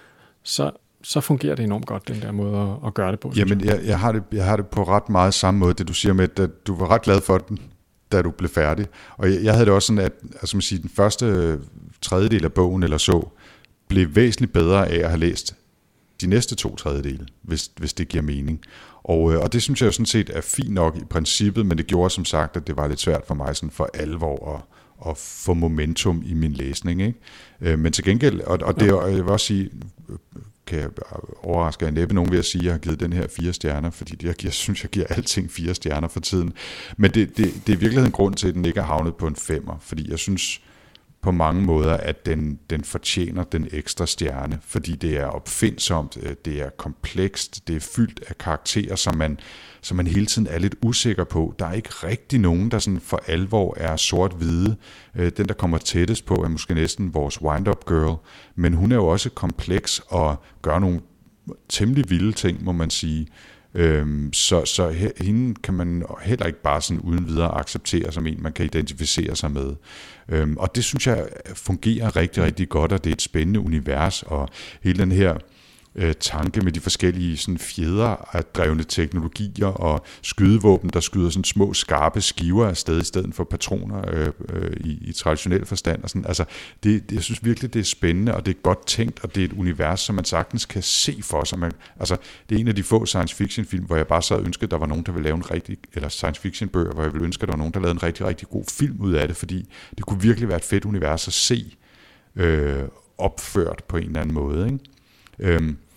så så fungerer det enormt godt, den der måde at, at gøre det på. Jamen, jeg, jeg, har det, jeg har det på ret meget samme måde, det du siger med, at du var ret glad for den, da du blev færdig. Og jeg, jeg havde det også sådan, at altså man siger, den første tredjedel af bogen eller så, blev væsentligt bedre af at have læst de næste to tredjedele, hvis, hvis det giver mening. Og, og det synes jeg jo sådan set er fint nok i princippet, men det gjorde som sagt, at det var lidt svært for mig sådan for alvor at og få momentum i min læsning. Ikke? Men til gengæld, og, og det, og jeg vil også sige, kan jeg overraske jer næppe nogen ved at sige, at jeg har givet den her fire stjerner, fordi jeg, jeg synes, jeg giver alting fire stjerner for tiden. Men det, det, det er virkelig en grund til, at den ikke er havnet på en femmer, fordi jeg synes på mange måder, at den, den fortjener den ekstra stjerne, fordi det er opfindsomt, det er komplekst, det er fyldt af karakterer, som man, som man hele tiden er lidt usikker på. Der er ikke rigtig nogen, der sådan for alvor er sort-hvide. Den, der kommer tættest på, er måske næsten vores wind-up girl, men hun er jo også kompleks og gør nogle temmelig vilde ting, må man sige. Øhm, så, så hende kan man heller ikke bare sådan uden videre acceptere som en, man kan identificere sig med. Øhm, og det synes jeg fungerer rigtig, rigtig godt, og det er et spændende univers, og hele den her øh, tanke med de forskellige sådan fjederdrevne teknologier og skydevåben, der skyder sådan små skarpe skiver afsted i stedet for patroner øh, øh, i, i traditionel forstand. Og sådan. Altså, det, det, jeg synes virkelig, det er spændende, og det er godt tænkt, og det er et univers, som man sagtens kan se for sig. Man, altså, det er en af de få science fiction film, hvor jeg bare så ønskede, at der var nogen, der ville lave en rigtig, eller science fiction bøger, hvor jeg ville ønske, at der var nogen, der lavede en rigtig, rigtig god film ud af det, fordi det kunne virkelig være et fedt univers at se øh, opført på en eller anden måde, ikke? Øhm,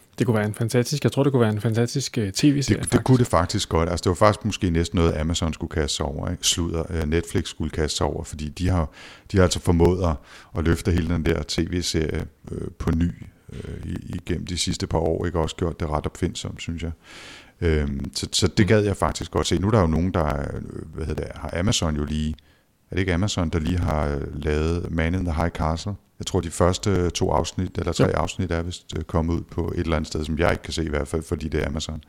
Det kunne være en fantastisk, jeg tror, det kunne være en fantastisk uh, tv-serie. Det, det kunne det faktisk godt. Altså, det var faktisk måske næsten noget, Amazon skulle kaste sig over. Ikke? Sludder, Netflix skulle kaste sig over, fordi de har, de har altså formået at, at løfte hele den der tv-serie øh, på ny øh, igennem de sidste par år. Ikke? Også gjort det ret opfindsomt, synes jeg. Øhm, så, så det gad jeg faktisk godt se. Nu er der jo nogen, der hvad hedder det, har Amazon jo lige... Er det ikke Amazon, der lige har lavet Man in the High Castle? Jeg tror, de første to afsnit, eller tre ja. afsnit, er vist kommet ud på et eller andet sted, som jeg ikke kan se i hvert fald, fordi det er Amazon.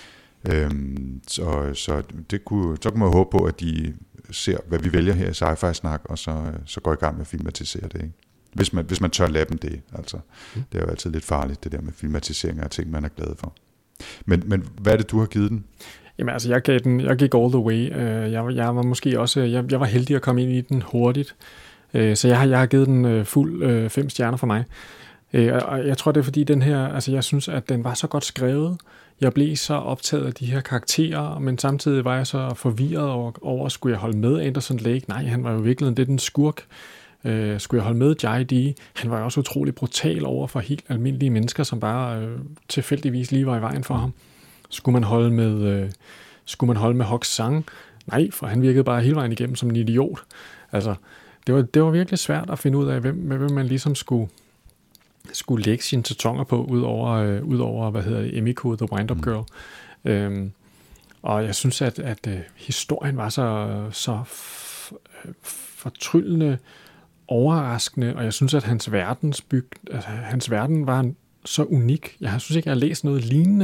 Øhm, så så, det kunne, så kunne man håbe på, at de ser, hvad vi vælger her i Sci-Fi-snak, og så, så går i gang med at filmatisere det. Ikke? Hvis, man, hvis man tør lade dem det. Altså. Mm. Det er jo altid lidt farligt, det der med filmatisering af ting, man er glad for. Men, men hvad er det, du har givet den? Jamen altså, jeg, gav den, jeg gik all the way. Jeg, jeg var måske også, jeg, jeg var heldig at komme ind i den hurtigt. Så jeg har, jeg har givet den fuld fem stjerner for mig. Og jeg tror, det er fordi den her, altså jeg synes, at den var så godt skrevet. Jeg blev så optaget af de her karakterer, men samtidig var jeg så forvirret over, over skulle jeg holde med Anderson Lake? Nej, han var jo virkelig det er den skurk. Uh, skulle jeg holde med Jai-D? Han var jo også utrolig brutal over for helt almindelige mennesker, som bare uh, tilfældigvis lige var i vejen for ham. Skulle man holde med, uh, skulle man holde med Hoks Sang? Nej, for han virkede bare hele vejen igennem som en idiot. Altså, det var, det var virkelig svært at finde ud af, hvem, hvem man ligesom skulle, skulle lægge sine tatonger på, ud over, uh, ud over hvad hedder det, Emiko, The Wind-Up Girl. Mm. Um, og jeg synes, at, at uh, historien var så, så f- fortryllende, overraskende, og jeg synes, at hans verdensbyg, altså, hans verden var så unik. Jeg synes ikke, jeg har læst noget lignende.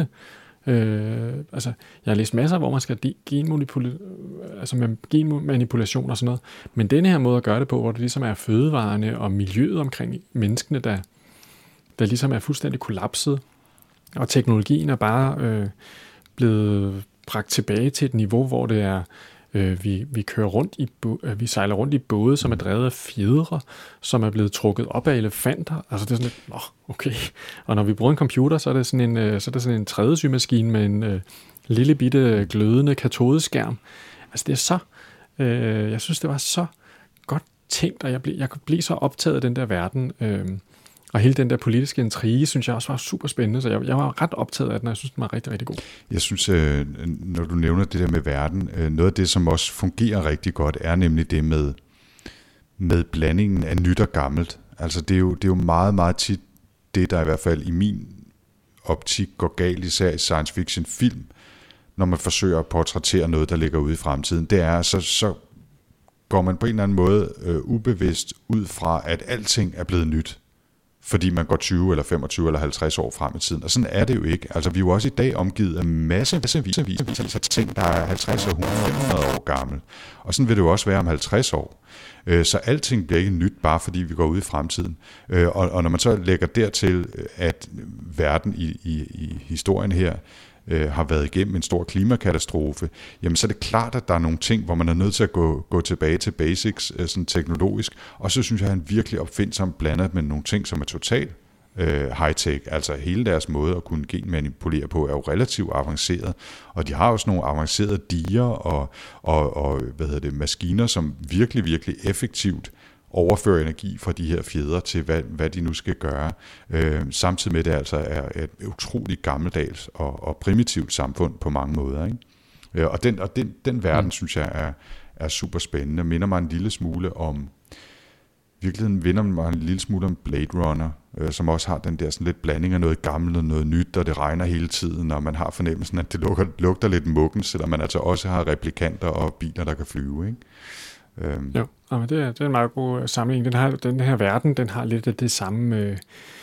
Øh, altså, jeg har læst masser, hvor man skal genmanipulere, altså med genmanipulation og sådan noget. Men denne her måde at gøre det på, hvor det ligesom er fødevarene og miljøet omkring menneskene, der, der ligesom er fuldstændig kollapset, og teknologien er bare øh, blevet bragt tilbage til et niveau, hvor det er Øh, vi, vi kører rundt i øh, vi sejler rundt i både, som er drevet af fjedre, som er blevet trukket op af elefanter. Altså det er sådan lidt, nå, okay. Og når vi bruger en computer, så er det sådan en, øh, så er det sådan en tredje symaskine med en øh, lille bitte glødende katodeskærm. Altså det er så, øh, jeg synes det var så godt tænkt, og jeg blev, jeg blev så optaget af den der verden. Øh, Og hele den der politiske intrige, synes jeg også var super spændende, så jeg, jeg var ret optaget af den, og jeg synes, den var rigtig, rigtig god. Jeg synes, når du nævner det der med verden, noget af det, som også fungerer rigtig godt, er nemlig det med, med blandingen af nyt og gammelt. Altså det er, jo, det er jo meget, meget tit det, der i hvert fald i min optik går galt, især i science fiction film, når man forsøger at portrættere noget, der ligger ude i fremtiden. Det er, så, så går man på en eller anden måde øh, ubevidst ud fra, at alting er blevet nyt, fordi man går tyve eller femogtyve eller halvtreds år frem i tiden. Og sådan er det jo ikke. Altså, vi er jo også i dag omgivet af massevis af ting, der er halvtreds og hundrede og fem hundrede år gammel. Og sådan vil det jo også være om halvtreds år. Så alting bliver ikke nyt, bare fordi vi går ud i fremtiden. Og når man så lægger dertil, at verden i, i, i historien her har været igennem en stor klimakatastrofe, jamen så er det klart, at der er nogle ting, hvor man er nødt til at gå, gå tilbage til basics sådan teknologisk, og så synes jeg, at han virkelig opfindsom blandet med nogle ting, som er totalt øh, high-tech, altså hele deres måde at kunne genmanipulere på er jo relativt avanceret, og de har også nogle avancerede diger og, og, og hvad hedder det, maskiner, som virkelig, virkelig effektivt overføre energi fra de her fjeder til, hvad, hvad de nu skal gøre. Øh, samtidig med det altså er et utroligt gammeldags og, og primitivt samfund på mange måder. Ikke? Øh, og den, og den, den verden, mm. synes jeg, er, er super spændende. Minder mig en lille smule om, virkeligheden minder mig en lille smule om Blade Runner, øh, som også har den der sådan lidt blanding af noget gammelt og noget nyt, og det regner hele tiden, og man har fornemmelsen, at det lugter, lugter lidt muggen, selvom man altså også har replikanter og biler, der kan flyve, ikke? Øhm. Jo, og det er, det er en meget god sammenligning. Den, har, den her verden, den har lidt af det samme, øh,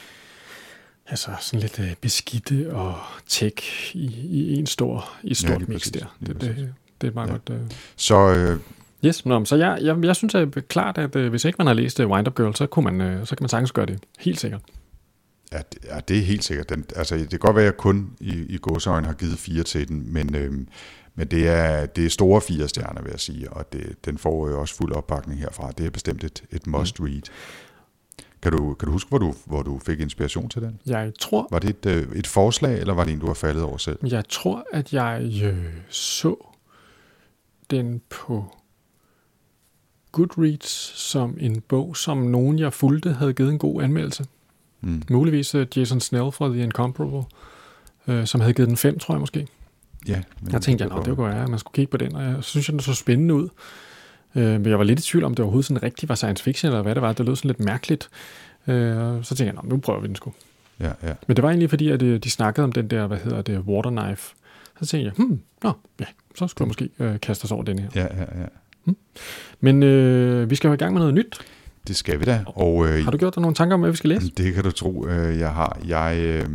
altså sådan lidt øh, beskidte og tech i, i en stor, i stort ja, mix der. Det, det, det er meget ja. godt. Øh. Så, øh, yes, no, så jeg, jeg, jeg synes at klart, at øh, hvis ikke man har læst uh, Wind-Up Girl, så, kunne man, øh, så kan man sagtens gøre det. Helt sikkert. Ja, det, ja, det er helt sikkert. Den, altså, det kan godt være, at jeg kun i, i gåseøjne har givet fire til den, men... Øh, Men det er, det er store fire stjerner, vil jeg sige, og det, den får jo også fuld opbakning herfra. Det er bestemt et, et must read. Kan du, kan du huske, hvor du, hvor du fik inspiration til den? Jeg tror... Var det et, et forslag, eller var det en, du har faldet over selv? Jeg tror, at jeg øh, så den på Goodreads som en bog, som nogen, jeg fulgte, havde givet en god anmeldelse. Mm. Muligvis uh, Jason Snell fra The Incomparable, uh, som havde givet den fem, tror jeg måske. Ja. Jeg tænkte, ja, det kunne være, at man skulle kigge på den, og jeg synes, den så spændende ud. Uh, men jeg var lidt i tvivl om, det overhovedet sådan rigtigt var science fiction, eller hvad det var. Det lød sådan lidt mærkeligt. Uh, så tænkte jeg, nu prøver vi den sgu. Ja, ja. Men det var egentlig fordi, at de snakkede om den der, hvad hedder det, Waterknife. Så tænkte jeg, hmm, nå, ja, så skulle jeg måske øh, kaste os over den her. Ja, ja, ja. Hmm. Men øh, vi skal jo i gang med noget nyt. Det skal vi da. Og, øh, har du gjort dig nogle tanker om, hvad vi skal læse? Det kan du tro, øh, jeg har. Jeg, øh,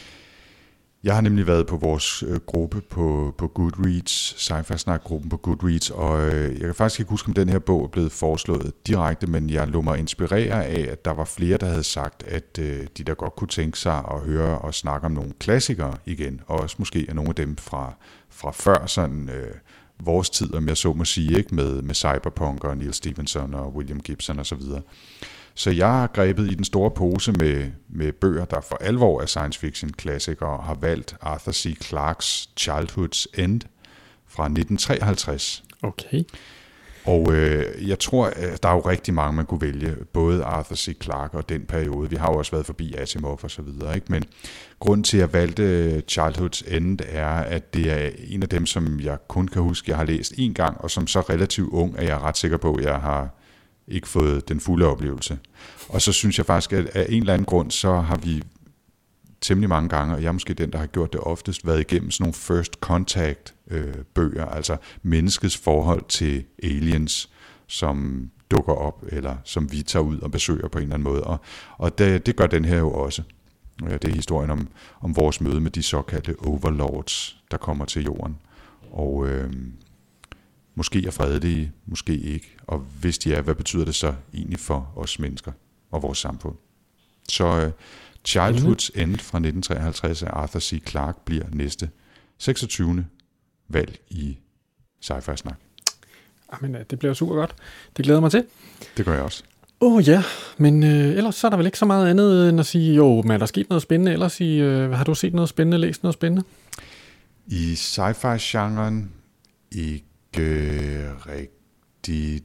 jeg har nemlig været på vores øh, gruppe på, på Goodreads, Sci-Fi Snak-gruppen på Goodreads, og øh, jeg kan faktisk ikke huske, om den her bog er blevet foreslået direkte, men jeg lod mig inspirere af, at der var flere, der havde sagt, at øh, de der godt kunne tænke sig at høre og snakke om nogle klassikere igen, og også måske af nogle af dem fra, fra før sådan øh, vores tid, om jeg så må sige, ikke? Med, med Cyberpunk og Neil Stephenson og William Gibson og så videre. Så jeg har grebet i den store pose med, med bøger, der for alvor er science fiction klassikere, og har valgt Arthur C. Clarke's Childhood's End fra nitten treoghalvtreds. Okay. Og øh, jeg tror, at der er jo rigtig mange, man kunne vælge, både Arthur C. Clarke og den periode. Vi har jo også været forbi Asimov og så videre, ikke? Men grunden til, at jeg valgte Childhood's End, er, at det er en af dem, som jeg kun kan huske, jeg har læst en gang, og som så relativt ung, at jeg er ret sikker på, at jeg har ikke fået den fulde oplevelse. Og så synes jeg faktisk, at af en eller anden grund, så har vi temmelig mange gange, og jeg er måske den, der har gjort det oftest, været igennem sådan nogle first contact øh, bøger, altså menneskets forhold til aliens, som dukker op, eller som vi tager ud og besøger på en eller anden måde. Og, og det, det gør den her jo også. Det er historien om, om vores møde med de såkaldte overlords, der kommer til jorden. Og øh, måske er fredelige, måske ikke. Og hvis de er, hvad betyder det så egentlig for os mennesker og vores samfund? Så øh, Childhood's End fra nitten treoghalvtreds af Arthur C. Clarke bliver næste seksogtyvende valg i Sci-Fi Snak. Jamen, det bliver super godt. Det glæder mig til. Det gør jeg også. Åh oh, ja, men øh, ellers så er der vel ikke så meget andet end at sige, jo, men er der sket noget spændende? Ellers i, øh, har du set noget spændende, læst noget spændende? I sci-fi-genren ikke øh, rigtig.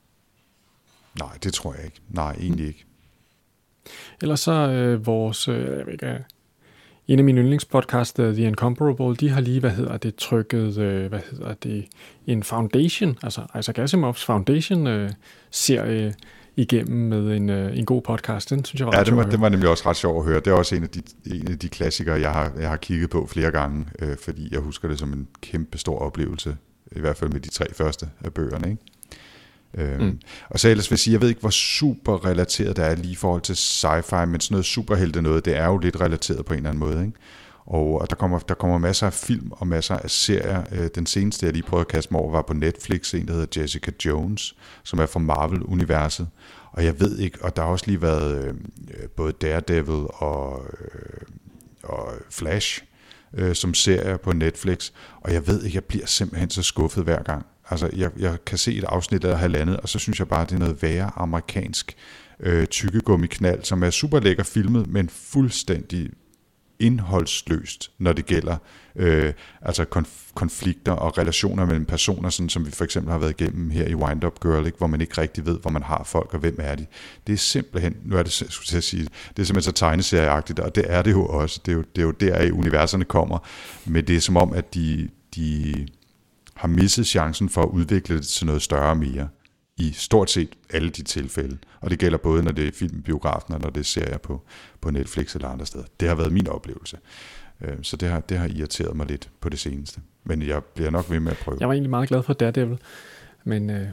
Nej, det tror jeg ikke. Nej, egentlig ikke. Ellers så øh, vores, øh, jeg ved ikke, en af mine yndlingspodcasts, The Incomparable, de har lige, hvad hedder det, trykket, øh, hvad hedder det, en Foundation, altså Isaac Asimovs Foundation-serie øh, igennem med en, øh, en god podcast. Den synes jeg var ja, ret det var, sjov det var nemlig også ret sjovt at høre. Det er også en af de, en af de klassikere, jeg har, jeg har kigget på flere gange, øh, fordi jeg husker det som en kæmpe stor oplevelse, i hvert fald med de tre første af bøgerne, ikke? Øhm, mm. Og så ellers vil jeg sige, jeg ved ikke, hvor super relateret det er lige i forhold til sci-fi, men sådan noget superhelte noget, det er jo lidt relateret på en eller anden måde, ikke? Og, og der, kommer, der kommer masser af film og masser af serier. Øh, den seneste, jeg lige prøvede at kaste mig over, var på Netflix, en der hedder Jessica Jones, som er fra Marvel-universet. Og jeg ved ikke, og der har også lige været øh, både Daredevil og, øh, og Flash øh, som serier på Netflix, og jeg ved ikke, jeg bliver simpelthen så skuffet hver gang. Altså, jeg, jeg kan se et afsnit af halvandet, og så synes jeg bare, det er noget værre amerikansk øh, tykkegummiknald, som er super lækker filmet, men fuldstændig indholdsløst, når det gælder øh, altså konf- konflikter og relationer mellem personer, sådan som vi for eksempel har været igennem her i Wind Up Girl, ikke? Hvor man ikke rigtig ved, hvor man har folk, og hvem er de. Det er simpelthen, nu er det, skulle jeg sige, det er simpelthen så tegneserieagtigt, og det er det jo også. Det er jo, det er jo der, i universerne kommer, men det er som om, at de, de har misset chancen for at udvikle det til noget større mere, i stort set alle de tilfælde. Og det gælder både, når det er film i biografen, og når det er serier på, på Netflix eller andre steder. Det har været min oplevelse. Så det har, det har irriteret mig lidt på det seneste. Men jeg bliver nok ved med at prøve. Jeg var egentlig meget glad for Daredevil. Men, øh,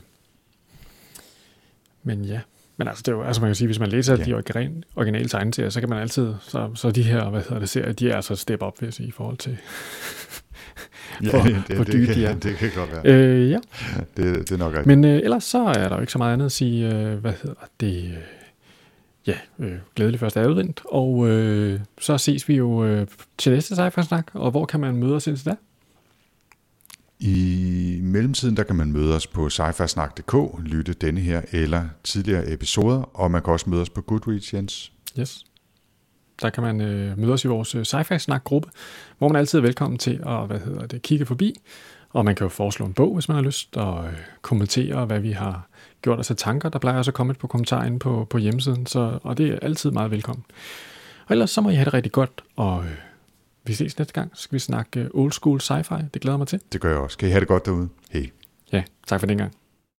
men ja. Men altså, det er jo, altså man kan sige, hvis man læser ja. de originale, originale tegneserier, så kan man altid, så, så de her, hvad hedder det, serier, de er altså et step up, vil jeg sige, i forhold til ja, det, det, det, det, kan, det kan godt være. Øh, ja. Det, det er nok rigtigt. Men øh, ellers så er der jo ikke så meget andet at sige, øh, hvad hedder det, øh, ja, øh, glædelig første advent, og øh, så ses vi jo øh, til næste Sci-Fi-snak, og hvor kan man møde os indtil da? I mellemtiden, der kan man møde os på sci fi snak punktum d k, lytte denne her eller tidligere episoder, og man kan også møde os på Goodreads, Jens. Yes. Der kan man øh, møde os i vores øh, Sci-Fi-snak-gruppe, hvor man altid er velkommen til at hvad hedder det, kigge forbi, og man kan jo foreslå en bog, hvis man har lyst, og øh, kommentere, hvad vi har gjort os af tanker. Der plejer også at komme et på kommentarer inde på, på hjemmesiden, så, og det er altid meget velkommen. Og ellers så må I have det rigtig godt, og øh, vi ses næste gang. Så skal vi snakke old school sci-fi. Det glæder mig til. Det gør jeg også. Kan I have det godt derude? Hej. Ja, tak for den gang.